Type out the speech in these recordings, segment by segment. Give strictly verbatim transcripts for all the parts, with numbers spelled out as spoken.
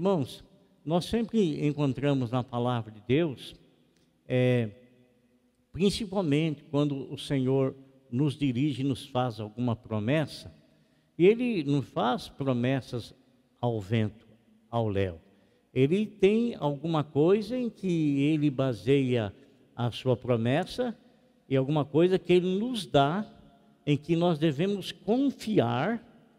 Irmãos, nós sempre encontramos na palavra de Deus, é, principalmente quando o Senhor nos dirige e nos faz alguma promessa, e Ele não faz promessas ao vento, ao léu. Ele tem alguma coisa em que Ele baseia a sua promessa e alguma coisa que Ele nos dá, em que nós devemos confiar,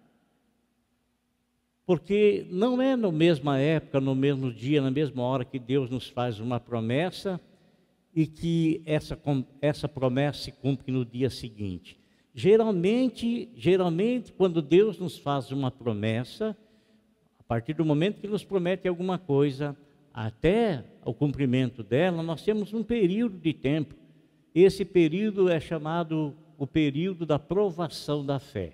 porque não é na mesma época, no mesmo dia, na mesma hora que Deus nos faz uma promessa e que essa, essa promessa se cumpre no dia seguinte. Geralmente, geralmente, quando Deus nos faz uma promessa, a partir do momento que nos promete alguma coisa, até o cumprimento dela, nós temos um período de tempo. Esse período é chamado o período da provação da fé,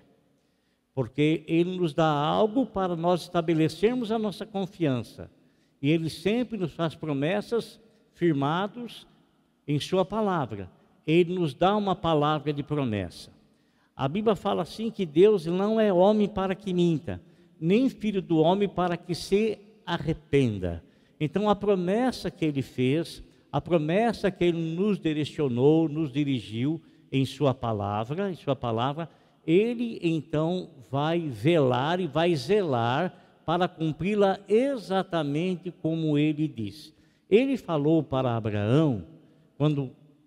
porque Ele nos dá algo para nós estabelecermos a nossa confiança, e Ele sempre nos faz promessas firmados em sua palavra. Ele nos dá uma palavra de promessa. A Bíblia fala assim que Deus não é homem para que minta, nem filho do homem para que se arrependa. Então a promessa que Ele fez, a promessa que Ele nos direcionou, nos dirigiu em sua palavra, em sua palavra, Ele então vai velar e vai zelar para cumpri-la exatamente como Ele disse. Ele falou para Abraão, quando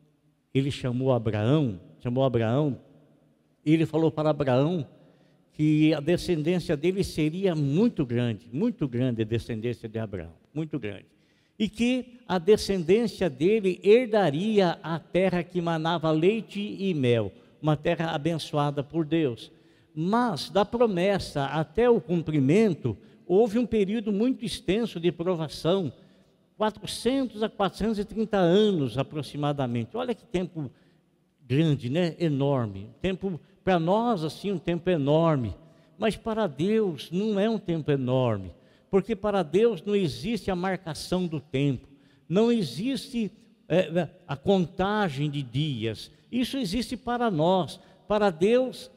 Ele chamou Abraão, chamou Abraão, Ele falou para Abraão que a descendência dele seria muito grande, muito grande a descendência de Abraão, muito grande. E que a descendência dele herdaria a terra que manava leite e mel, uma terra abençoada por Deus. Mas da promessa até o cumprimento, houve um período muito extenso de provação, quatrocentos a quatrocentos e trinta anos aproximadamente. Olha que tempo grande, né? Enorme. Tempo, para nós, assim, um tempo enorme. Mas para Deus não é um tempo enorme. Porque para Deus não existe a marcação do tempo, não existe é, a contagem de dias, isso existe para nós. Para Deus,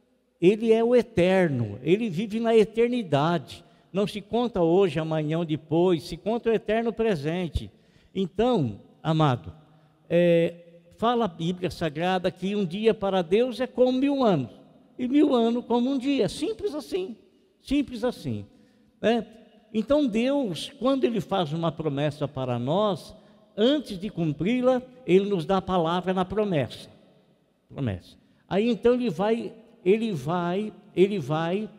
Ele é o eterno, Ele vive na eternidade, não se conta hoje, amanhã ou depois, se conta o eterno presente. Então, amado, é, fala a Bíblia Sagrada que um dia para Deus é como mil anos, e mil anos como um dia, simples assim, simples assim, né? Então Deus, quando Ele faz uma promessa para nós, antes de cumpri-la, Ele nos dá a palavra na promessa. Promessa. Aí então Ele vai, Ele vai, Ele vai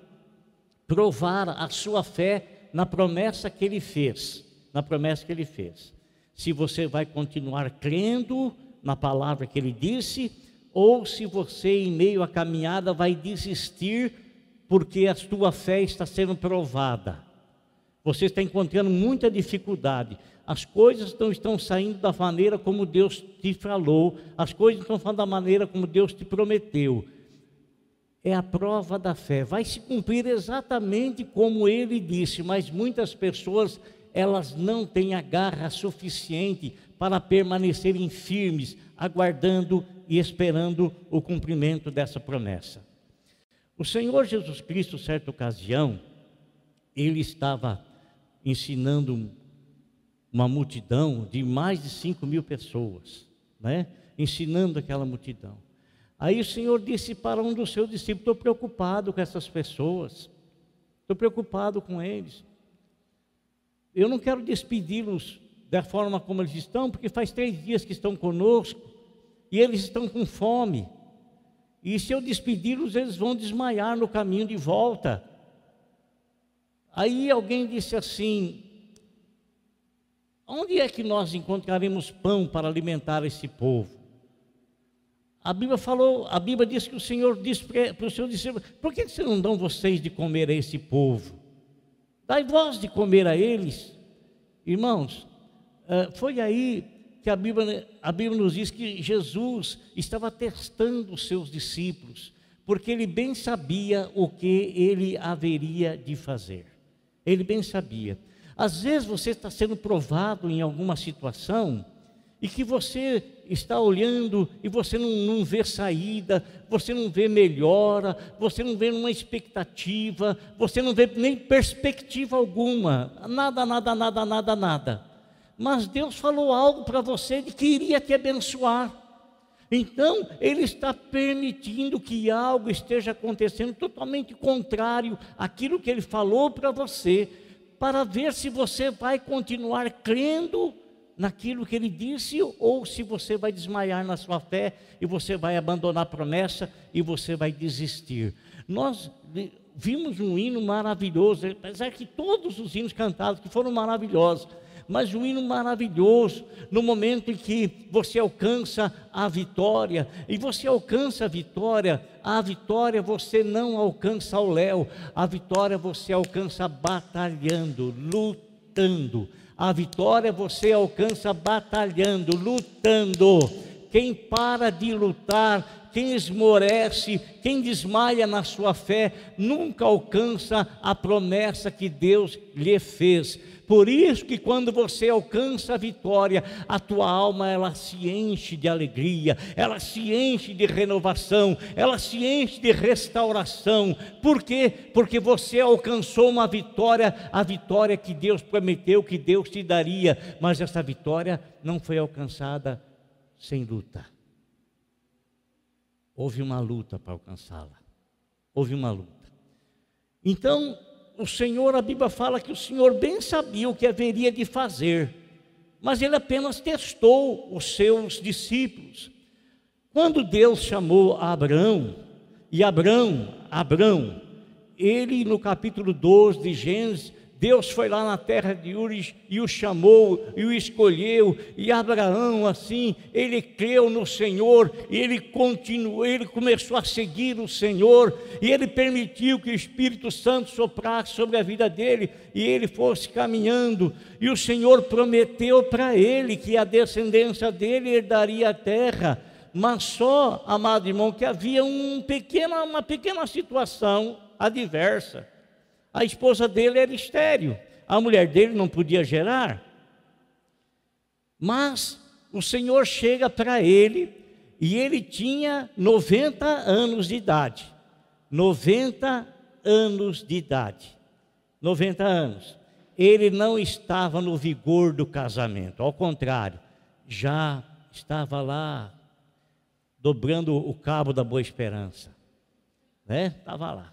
provar a sua fé na promessa que Ele fez, na promessa que Ele fez. Se você vai continuar crendo na palavra que Ele disse, ou se você, em meio à caminhada, vai desistir porque a sua fé está sendo provada. Você está encontrando muita dificuldade, as coisas não estão saindo da maneira como Deus te falou, as coisas não estão falando da maneira como Deus te prometeu. É a prova da fé, vai se cumprir exatamente como Ele disse, mas muitas pessoas, elas não têm a garra suficiente para permanecerem firmes, aguardando e esperando o cumprimento dessa promessa. O Senhor Jesus Cristo, certa ocasião, Ele estava ensinando uma multidão de mais de cinco mil pessoas, né? Ensinando aquela multidão. Aí o Senhor disse para um dos seus discípulos: estou preocupado com essas pessoas, estou preocupado com eles. Eu não quero despedi-los da forma como eles estão, porque faz três dias que estão conosco e eles estão com fome. E se eu despedi-los, eles vão desmaiar no caminho de volta. Aí alguém disse assim: onde é que nós encontraremos pão para alimentar esse povo? A Bíblia falou, a Bíblia diz que o Senhor disse para os seus discípulos: por que vocês não dão vocês de comer a esse povo? Dai vós de comer a eles. Irmãos, foi aí que a Bíblia, a Bíblia nos diz que Jesus estava testando os seus discípulos, porque Ele bem sabia o que Ele haveria de fazer. Ele bem sabia. Às vezes você está sendo provado em alguma situação e que você está olhando e você não, não vê saída, você não vê melhora, você não vê uma expectativa, você não vê nem perspectiva alguma, nada, nada, nada, nada, nada. Mas Deus falou algo para você de que iria te abençoar. Então, Ele está permitindo que algo esteja acontecendo totalmente contrário àquilo que Ele falou para você, para ver se você vai continuar crendo naquilo que Ele disse, ou se você vai desmaiar na sua fé, e você vai abandonar a promessa, e você vai desistir. Nós vimos um hino maravilhoso, apesar que todos os hinos cantados que foram maravilhosos, mas um hino maravilhoso, no momento em que você alcança a vitória, e você alcança a vitória, a vitória você não alcança ao léu, a vitória você alcança batalhando, lutando. A vitória você alcança batalhando, lutando. Quem para de lutar, quem esmorece, quem desmaia na sua fé, nunca alcança a promessa que Deus lhe fez. Por isso que quando você alcança a vitória, a tua alma ela se enche de alegria, ela se enche de renovação, ela se enche de restauração. Por quê? Porque você alcançou uma vitória, a vitória que Deus prometeu que Deus te daria, mas essa vitória não foi alcançada sem luta. Houve uma luta para alcançá-la, houve uma luta. Então, o Senhor, a Bíblia fala que o Senhor bem sabia o que haveria de fazer, mas Ele apenas testou os seus discípulos. Quando Deus chamou Abraão, e Abraão, Abraão, ele no capítulo doze de Gênesis, Deus foi lá na terra de Uri e o chamou e o escolheu, e Abraão assim, ele creu no Senhor, e ele continuou, ele começou a seguir o Senhor, e ele permitiu que o Espírito Santo soprasse sobre a vida dele, e ele fosse caminhando, e o Senhor prometeu para ele que a descendência dele herdaria a terra, mas só, amado irmão, que havia um pequena, uma pequena situação adversa. A esposa dele era estéril, a mulher dele não podia gerar. Mas o Senhor chega para ele, e ele tinha noventa anos de idade. noventa anos de idade. noventa anos. Ele não estava no vigor do casamento, ao contrário, já estava lá, dobrando o cabo da Boa Esperança. Né? Estava lá.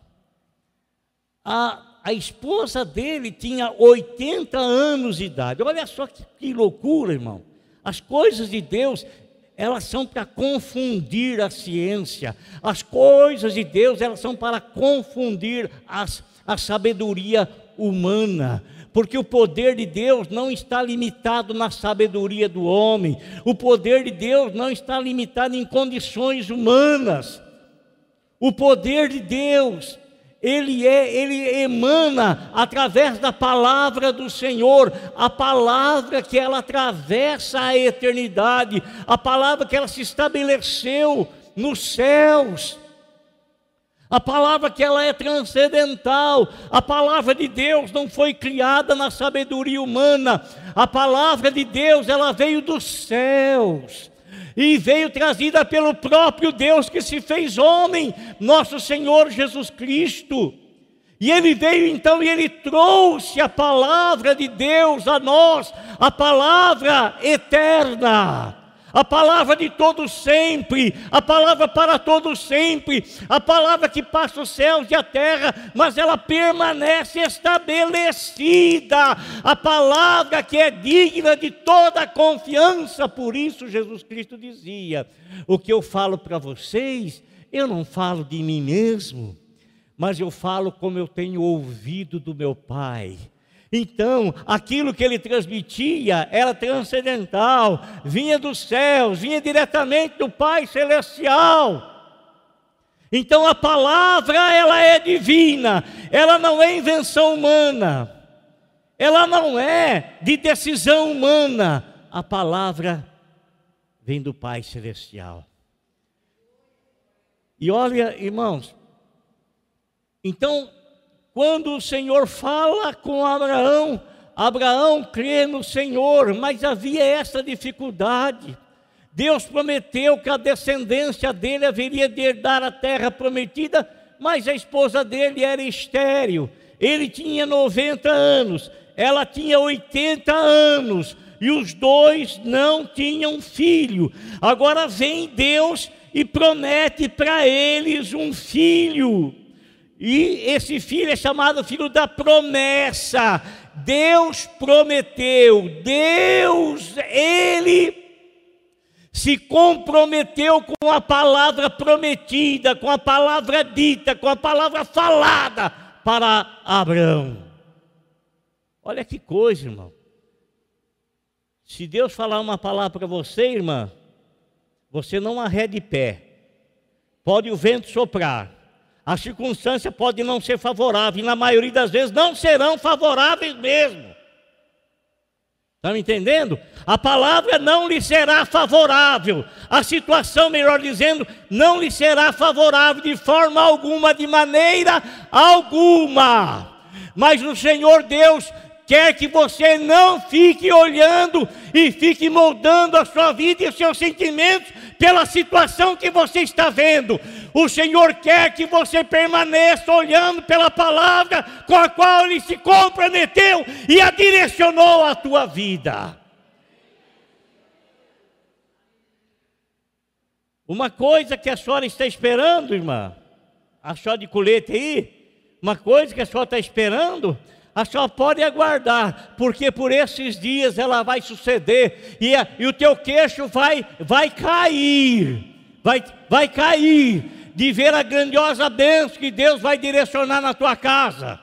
A, a esposa dele tinha oitenta anos de idade. Olha só que, que loucura, irmão. As coisas de Deus, elas são para confundir a ciência. As coisas de Deus, elas são para confundir as, a sabedoria humana. Porque o poder de Deus não está limitado na sabedoria do homem. O poder de Deus não está limitado em condições humanas. O poder de Deus, Ele, é, ele emana através da palavra do Senhor, a palavra que ela atravessa a eternidade, a palavra que ela se estabeleceu nos céus, a palavra que ela é transcendental. A palavra de Deus não foi criada na sabedoria humana, a palavra de Deus ela veio dos céus, e veio trazida pelo próprio Deus que se fez homem, nosso Senhor Jesus Cristo. E Ele veio então e Ele trouxe a palavra de Deus a nós, a palavra eterna, a palavra de todo sempre, a palavra para todo sempre, a palavra que passa os céus e a terra, mas ela permanece estabelecida, a palavra que é digna de toda confiança. Por isso Jesus Cristo dizia: o que eu falo para vocês, eu não falo de mim mesmo, mas eu falo como eu tenho ouvido do meu Pai. Então, aquilo que ele transmitia era transcendental, vinha dos céus, vinha diretamente do Pai Celestial. Então a palavra, ela é divina, ela não é invenção humana, ela não é de decisão humana, a palavra vem do Pai Celestial. E olha, irmãos, então, quando o Senhor fala com Abraão, Abraão crê no Senhor, mas havia essa dificuldade. Deus prometeu que a descendência dele haveria de herdar a terra prometida, mas a esposa dele era estéril. Ele tinha noventa anos, ela tinha oitenta anos, e os dois não tinham filho. Agora vem Deus e promete para eles um filho, e esse filho é chamado filho da promessa. Deus prometeu, Deus, Ele se comprometeu com a palavra prometida, com a palavra dita, com a palavra falada para Abraão. Olha que coisa, irmão. Se Deus falar uma palavra para você, irmã, você não arrede de pé. Pode o vento soprar, a circunstância pode não ser favorável, e na maioria das vezes não serão favoráveis mesmo. Estão entendendo? A palavra não lhe será favorável, a situação, melhor dizendo, não lhe será favorável de forma alguma, de maneira alguma. Mas o Senhor Deus quer que você não fique olhando e fique moldando a sua vida e os seus sentimentos pela situação que você está vendo. O Senhor quer que você permaneça olhando pela palavra com a qual Ele se comprometeu e a direcionou à tua vida. Uma coisa que a senhora está esperando, irmã, a senhora de colete aí, uma coisa que a senhora está esperando, a senhora pode aguardar, porque por esses dias ela vai suceder, e, a, e o teu queixo vai, vai cair, vai, vai cair, de ver a grandiosa bênção que Deus vai direcionar na tua casa.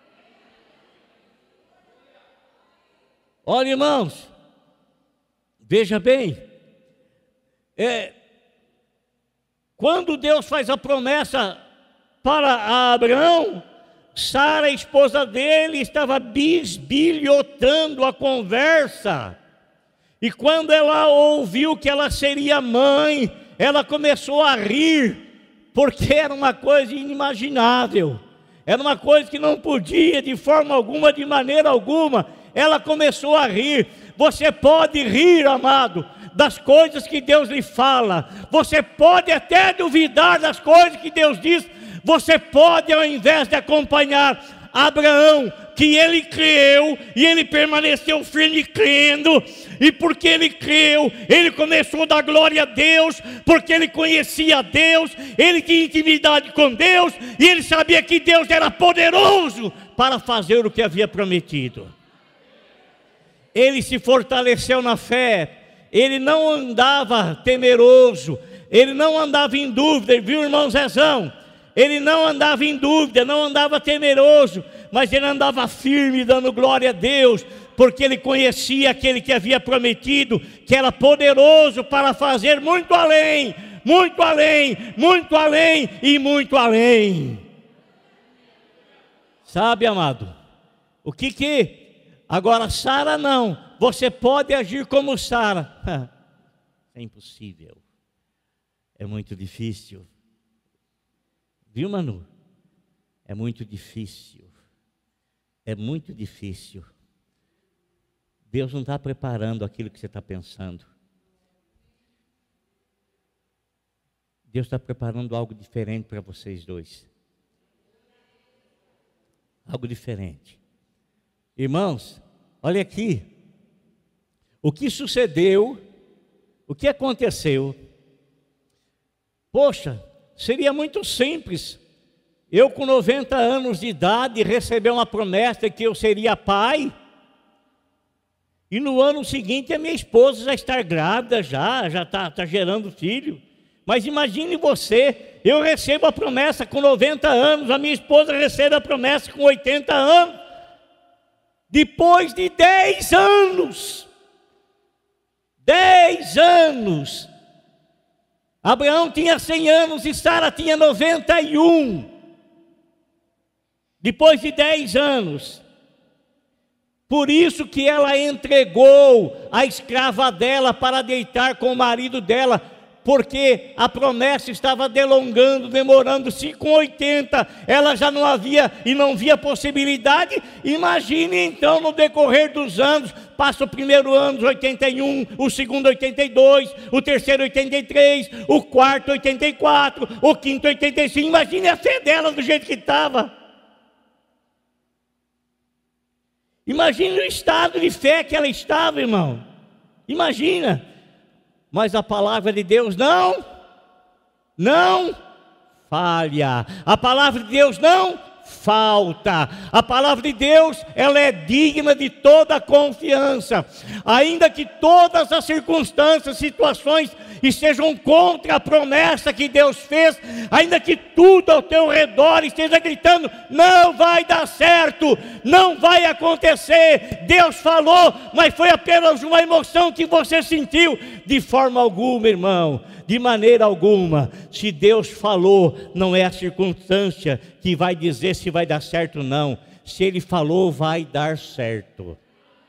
Olha, irmãos, veja bem, é, quando Deus faz a promessa para Abraão, Sara, a esposa dele, estava bisbilhotando a conversa, e quando ela ouviu que ela seria mãe, ela começou a rir, porque era uma coisa inimaginável, era uma coisa que não podia de forma alguma, de maneira alguma. Ela começou a rir. Você pode rir, amado, das coisas que Deus lhe fala, você pode até duvidar das coisas que Deus diz. Você pode, ao invés de acompanhar Abraão, que ele creu e ele permaneceu firme crendo, e porque ele creu, ele começou a dar glória a Deus, porque ele conhecia Deus, ele tinha intimidade com Deus, e ele sabia que Deus era poderoso para fazer o que havia prometido. Ele se fortaleceu na fé, ele não andava temeroso, ele não andava em dúvida, viu, irmão Zezão? Ele não andava em dúvida, não andava temeroso, mas ele andava firme, dando glória a Deus, porque ele conhecia aquele que havia prometido, que era poderoso para fazer muito além, muito além, muito além e muito além. Sabe, amado, o que que... Agora, Sara não, você pode agir como Sara. É impossível, é muito difícil. Viu, Manu? É muito difícil, é muito difícil. Deus não está preparando aquilo que você está pensando. Deus está preparando algo diferente para vocês dois. Algo diferente. Irmãos, olha aqui. O que sucedeu, o que aconteceu. Poxa, seria muito simples. Eu com noventa anos de idade receber uma promessa que eu seria pai, e no ano seguinte a minha esposa já estar grávida, já já está tá gerando filho. Mas imagine você, eu recebo a promessa com noventa anos, a minha esposa recebe a promessa com oitenta anos, depois de dez anos, dez anos, Abraão tinha cem anos e Sara tinha noventa e um, depois de dez anos. Por isso que ela entregou a escrava dela para deitar com o marido dela, porque a promessa estava delongando, demorando-se com oitenta, ela já não havia e não via possibilidade. Imagine então no decorrer dos anos, passa o primeiro ano, oitenta e um, o segundo oitenta e dois, o terceiro oitenta e três, o quarto oitenta e quatro, o quinto oitenta e cinco, imagine a fé dela do jeito que estava. Imagine o estado de fé que ela estava, irmão. Imagina. Mas a palavra de Deus não, não falha. A palavra de Deus não falta. A palavra de Deus, ela é digna de toda confiança. Ainda que todas as circunstâncias, situações estejam contra a promessa que Deus fez, ainda que tudo ao teu redor esteja gritando, não vai dar certo, não vai acontecer, Deus falou, mas foi apenas uma emoção que você sentiu. De forma alguma, irmão, de maneira alguma, se Deus falou, não é a circunstância que vai dizer se vai dar certo ou não. Se Ele falou, vai dar certo.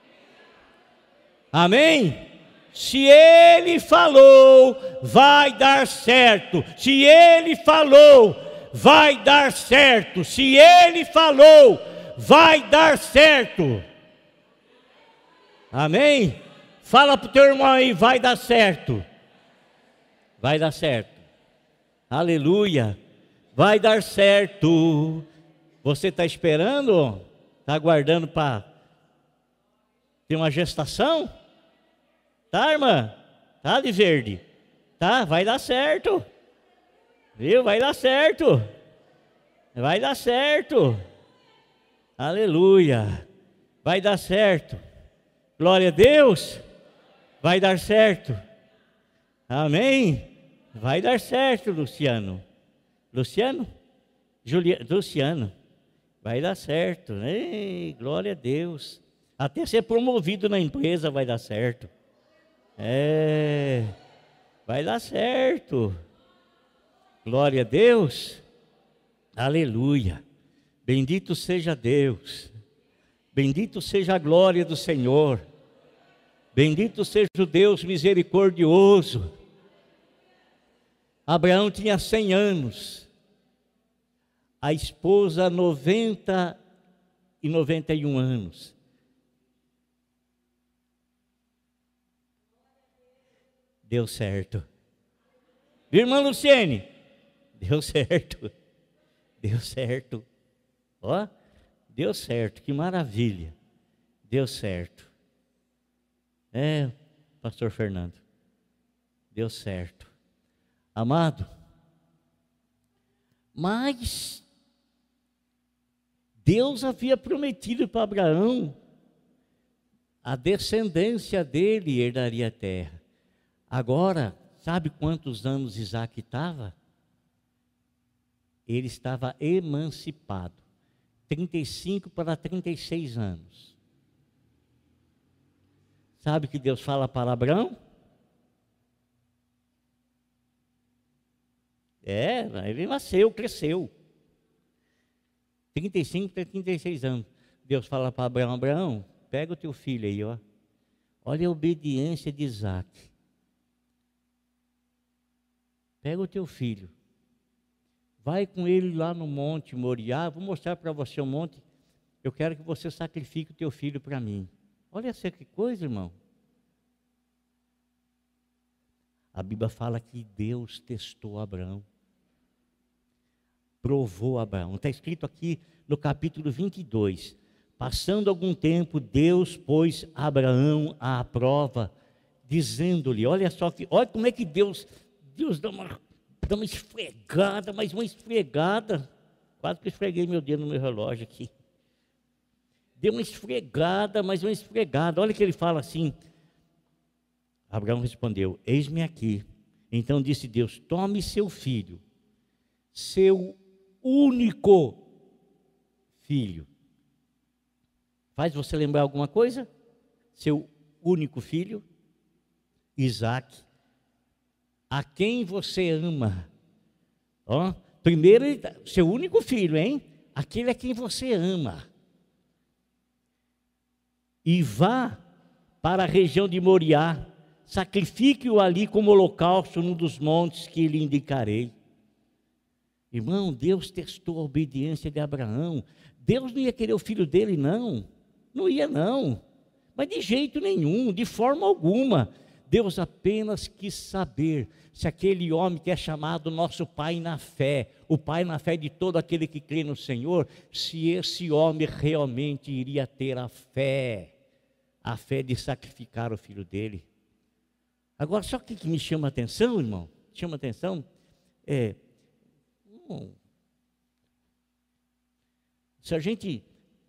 Amém? Se Ele falou, vai dar certo. Se Ele falou, vai dar certo. Se Ele falou, vai dar certo. Amém? Fala para o teu irmão aí, vai dar certo. Vai dar certo. Aleluia. Vai dar certo. Você está esperando? Está aguardando para ter uma gestação? Tá, irmã? Tá de verde? Tá, vai dar certo. Viu? Vai dar certo. Vai dar certo. Aleluia. Vai dar certo. Glória a Deus. Vai dar certo. Amém? Vai dar certo, Luciano. Luciano? Julia... Luciano. Vai dar certo. Ei, glória a Deus. Até ser promovido na empresa vai dar certo. É, vai dar certo. Glória a Deus. Aleluia. Bendito seja Deus. Bendito seja a glória do Senhor. Bendito seja o Deus misericordioso. Abraão tinha cem anos. A esposa noventa e noventa e um anos. Deu certo. Irmã Luciene, deu certo. Deu certo. Ó, deu certo, que maravilha. Deu certo. É, pastor Fernando. Deu certo. Amado, mas Deus havia prometido para Abraão, a descendência dele herdaria a terra. Agora, sabe quantos anos Isaac estava? Ele estava emancipado. trinta e cinco para trinta e seis anos. Sabe o que Deus fala para Abraão? É, ele nasceu, cresceu. trinta e cinco para trinta e seis anos. Deus fala para Abraão, Abraão, pega o teu filho aí, ó. Olha a obediência de Isaac. Pega o teu filho. Vai com ele lá no monte Moriá. Vou mostrar para você o monte. Eu quero que você sacrifique o teu filho para mim. Olha só que coisa, irmão. A Bíblia fala que Deus testou Abraão. Provou Abraão. Está escrito aqui no capítulo vinte e dois. Passando algum tempo, Deus pôs Abraão à prova, dizendo-lhe, olha só, que, olha como é que Deus, Deus dá uma, dá uma esfregada, mas uma esfregada, quase que esfreguei meu dedo no meu relógio aqui. Deu uma esfregada, mas uma esfregada. Olha que ele fala assim. Abraão respondeu, eis-me aqui. Então disse Deus, tome seu filho, seu único filho. Faz você lembrar alguma coisa? Seu único filho, Isaac, a quem você ama. Ó, primeiro, seu único filho, hein? Aquele a quem você ama. E vá para a região de Moriá, sacrifique-o ali como holocausto num dos montes que lhe indicarei. Irmão, Deus testou a obediência de Abraão. Deus não ia querer o filho dele, não. Não ia, não. Mas de jeito nenhum, de forma alguma. Deus apenas quis saber se aquele homem que é chamado nosso pai na fé, o pai na fé de todo aquele que crê no Senhor, se esse homem realmente iria ter a fé, a fé de sacrificar o filho dele. Agora, só o que me chama a atenção, irmão? Chama a atenção, é, hum, se a gente,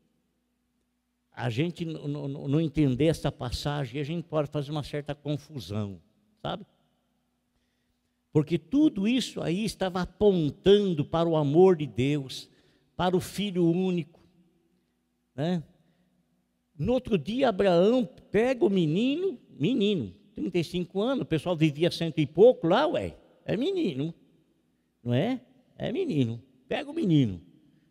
a gente não entender essa passagem, a gente pode fazer uma certa confusão, sabe? Porque tudo isso aí estava apontando para o amor de Deus, para o Filho único, né? No outro dia, Abraão pega o menino, menino, trinta e cinco anos, o pessoal vivia cento e pouco lá, ué, é menino, não é? É menino, pega o menino,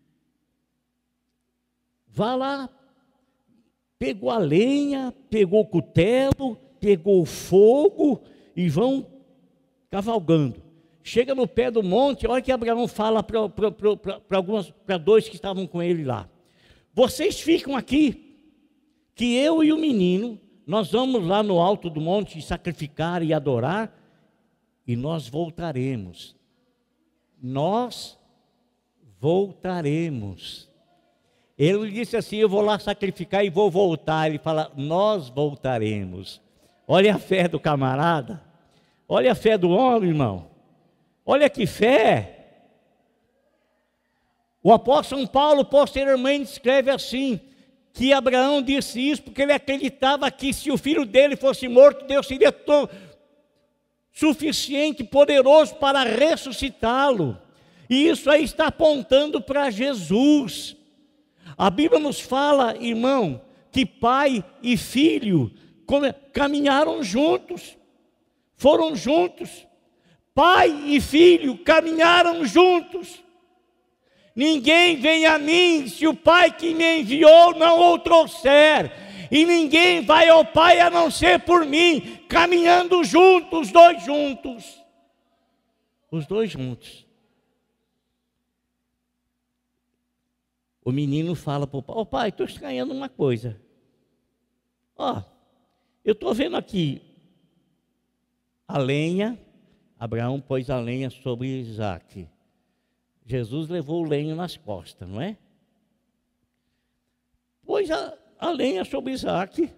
vá lá, pegou a lenha, pegou o cutelo, pegou o fogo e vão cavalgando. Chega no pé do monte, olha que Abraão fala para dois que estavam com ele lá: vocês ficam aqui, que eu e o menino, nós vamos lá no alto do monte sacrificar e adorar, e nós voltaremos. Nós voltaremos. Ele disse assim: eu vou lá sacrificar e vou voltar. Ele fala: nós voltaremos. Olha a fé do camarada. Olha a fé do homem, irmão. Olha que fé. O apóstolo São Paulo posteriormente escreve assim, que Abraão disse isso porque ele acreditava que se o filho dele fosse morto, Deus seria tão suficiente, poderoso para ressuscitá-lo. E isso aí está apontando para Jesus. A Bíblia nos fala, irmão, que pai e filho caminharam juntos. Foram juntos, pai e filho caminharam juntos. Ninguém vem a mim se o Pai que me enviou não o trouxer, e ninguém vai ao Pai a não ser por mim, caminhando juntos, os dois juntos. Os dois juntos. O menino fala para o pai: ó, pai, estou estranhando uma coisa. Ó, eu estou vendo aqui a lenha. Abraão pôs a lenha sobre Isaac. Jesus levou o lenho nas costas, não é? Pôs a, a lenha sobre Isaac.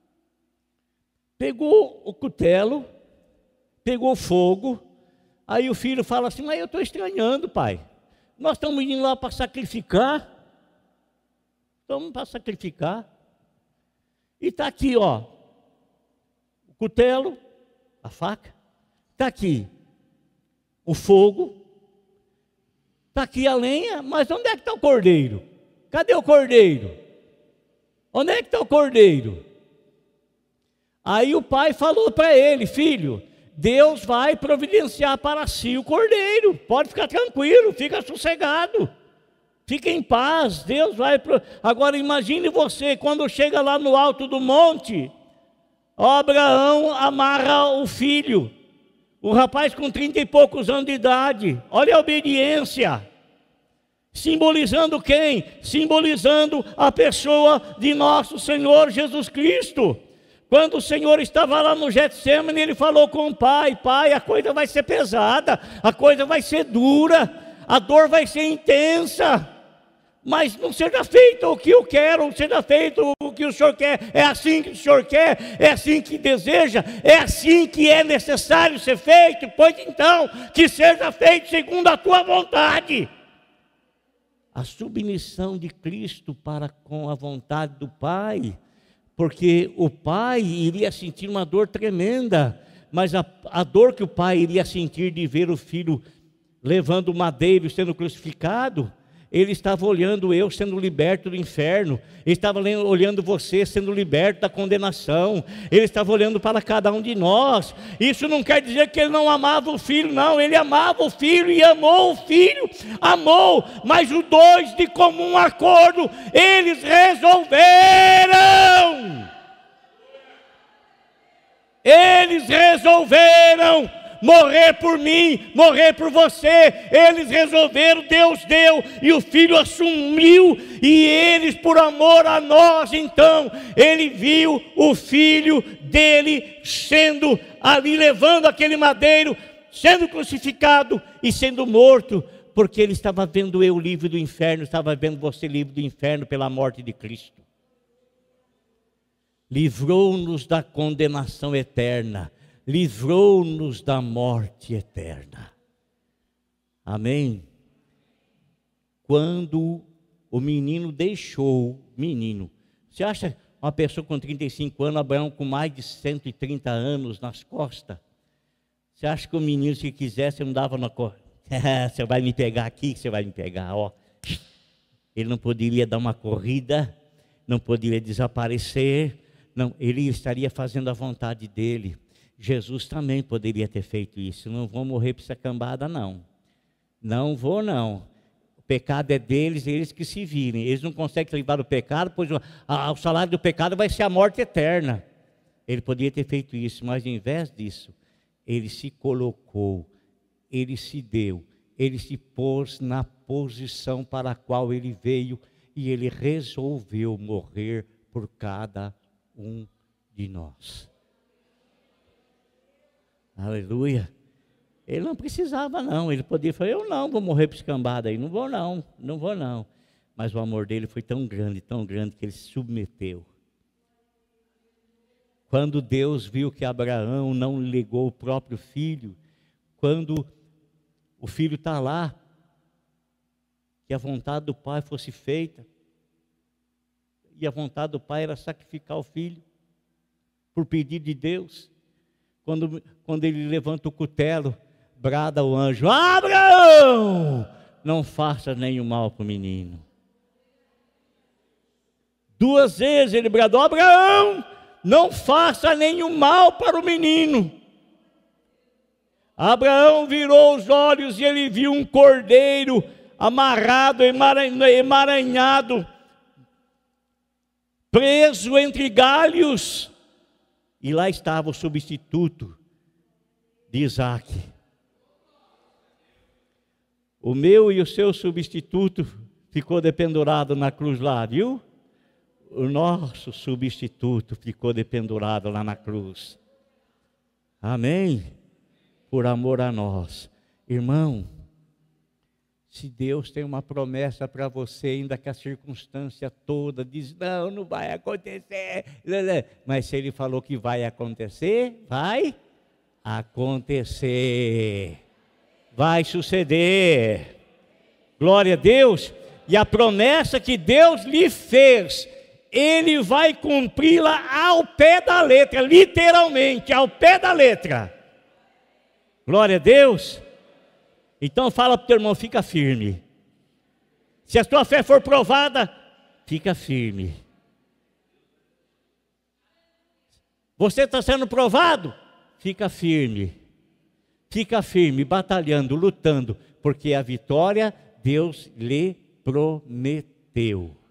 Pegou o cutelo, pegou fogo. Aí o filho fala assim: mas eu estou estranhando, pai. Nós estamos indo lá para sacrificar. Estamos para sacrificar. E está aqui, ó, o cutelo, a faca, está aqui o fogo, está aqui a lenha, mas onde é que está o cordeiro? Cadê o cordeiro? Onde é que está o cordeiro? Aí o pai falou para ele: filho, Deus vai providenciar para si o cordeiro, pode ficar tranquilo, fica sossegado, fica em paz, Deus vai... Pro... Agora imagine você, quando chega lá no alto do monte, ó, Abraão amarra o filho, o rapaz com trinta e poucos anos de idade, olha a obediência, simbolizando quem? Simbolizando a pessoa de nosso Senhor Jesus Cristo. Quando o Senhor estava lá no Getsêmani, ele falou com o pai: pai, a coisa vai ser pesada, a coisa vai ser dura, a dor vai ser intensa, mas não seja feito o que eu quero, não seja feito o que o Senhor quer. É assim que o Senhor quer, é assim que deseja, é assim que é necessário ser feito. Pois então, que seja feito segundo a tua vontade. A submissão de Cristo para com a vontade do Pai, porque o pai iria sentir uma dor tremenda, mas a, a dor que o pai iria sentir de ver o filho levando o madeiro sendo crucificado, ele estava olhando eu sendo liberto do inferno, ele estava olhando você sendo liberto da condenação, ele estava olhando para cada um de nós. Isso não quer dizer que ele não amava o filho, não, ele amava o filho e amou o filho, amou, mas os dois de comum acordo, eles resolveram. Eles resolveram morrer por mim, morrer por você. Eles resolveram, Deus deu, e o Filho assumiu, e eles, por amor a nós, então, ele viu o Filho dele sendo ali, levando aquele madeiro, sendo crucificado e sendo morto, porque ele estava vendo eu livre do inferno, estava vendo você livre do inferno pela morte de Cristo. Livrou-nos da condenação eterna, livrou-nos da morte eterna. Amém? Quando o menino deixou, menino, você acha uma pessoa com trinta e cinco anos, Abraão com mais de cento e trinta anos nas costas, você acha que o menino, se quisesse, não dava na cor? Você vai me pegar aqui, você vai me pegar, ó. Ele não poderia dar uma corrida, não poderia desaparecer, não, ele estaria fazendo a vontade dele. Jesus também poderia ter feito isso. Não vou morrer para essa cambada, não. Não vou, não. O pecado é deles, eles que se virem. Eles não conseguem livrar do pecado, pois o, a, o salário do pecado vai ser a morte eterna. Ele poderia ter feito isso, mas ao invés disso, ele se colocou, ele se deu, ele se pôs na posição para a qual ele veio, e ele resolveu morrer por cada um de nós. Aleluia. Ele não precisava não, ele podia falar, eu não vou morrer para esse cambada aí, não vou não, não vou não. Mas o amor dele foi tão grande, tão grande, que ele se submeteu. Quando Deus viu que Abraão não ligou o próprio filho, quando o filho está lá, que a vontade do pai fosse feita, e a vontade do pai era sacrificar o filho, por pedido de Deus. Quando, quando ele levanta o cutelo, brada o anjo, Abraão, não faça nenhum mal para o menino. Duas vezes ele bradou, Abraão, não faça nenhum mal para o menino. Abraão virou os olhos e ele viu um cordeiro amarrado, emaranhado, preso entre galhos. E lá estava o substituto de Isaac. O meu e o seu substituto ficou dependurado na cruz lá, viu? O nosso substituto ficou dependurado lá na cruz. Amém? Por amor a nós. Irmão, se Deus tem uma promessa para você, ainda que a circunstância toda diz, não, não vai acontecer. Mas se Ele falou que vai acontecer, vai acontecer. Vai suceder. Glória a Deus. E a promessa que Deus lhe fez, Ele vai cumpri-la ao pé da letra, literalmente, ao pé da letra. Glória a Deus. Então fala para o teu irmão, fica firme. Se a tua fé for provada, fica firme. Você está sendo provado? Fica firme. Fica firme, batalhando, lutando, porque a vitória Deus lhe prometeu.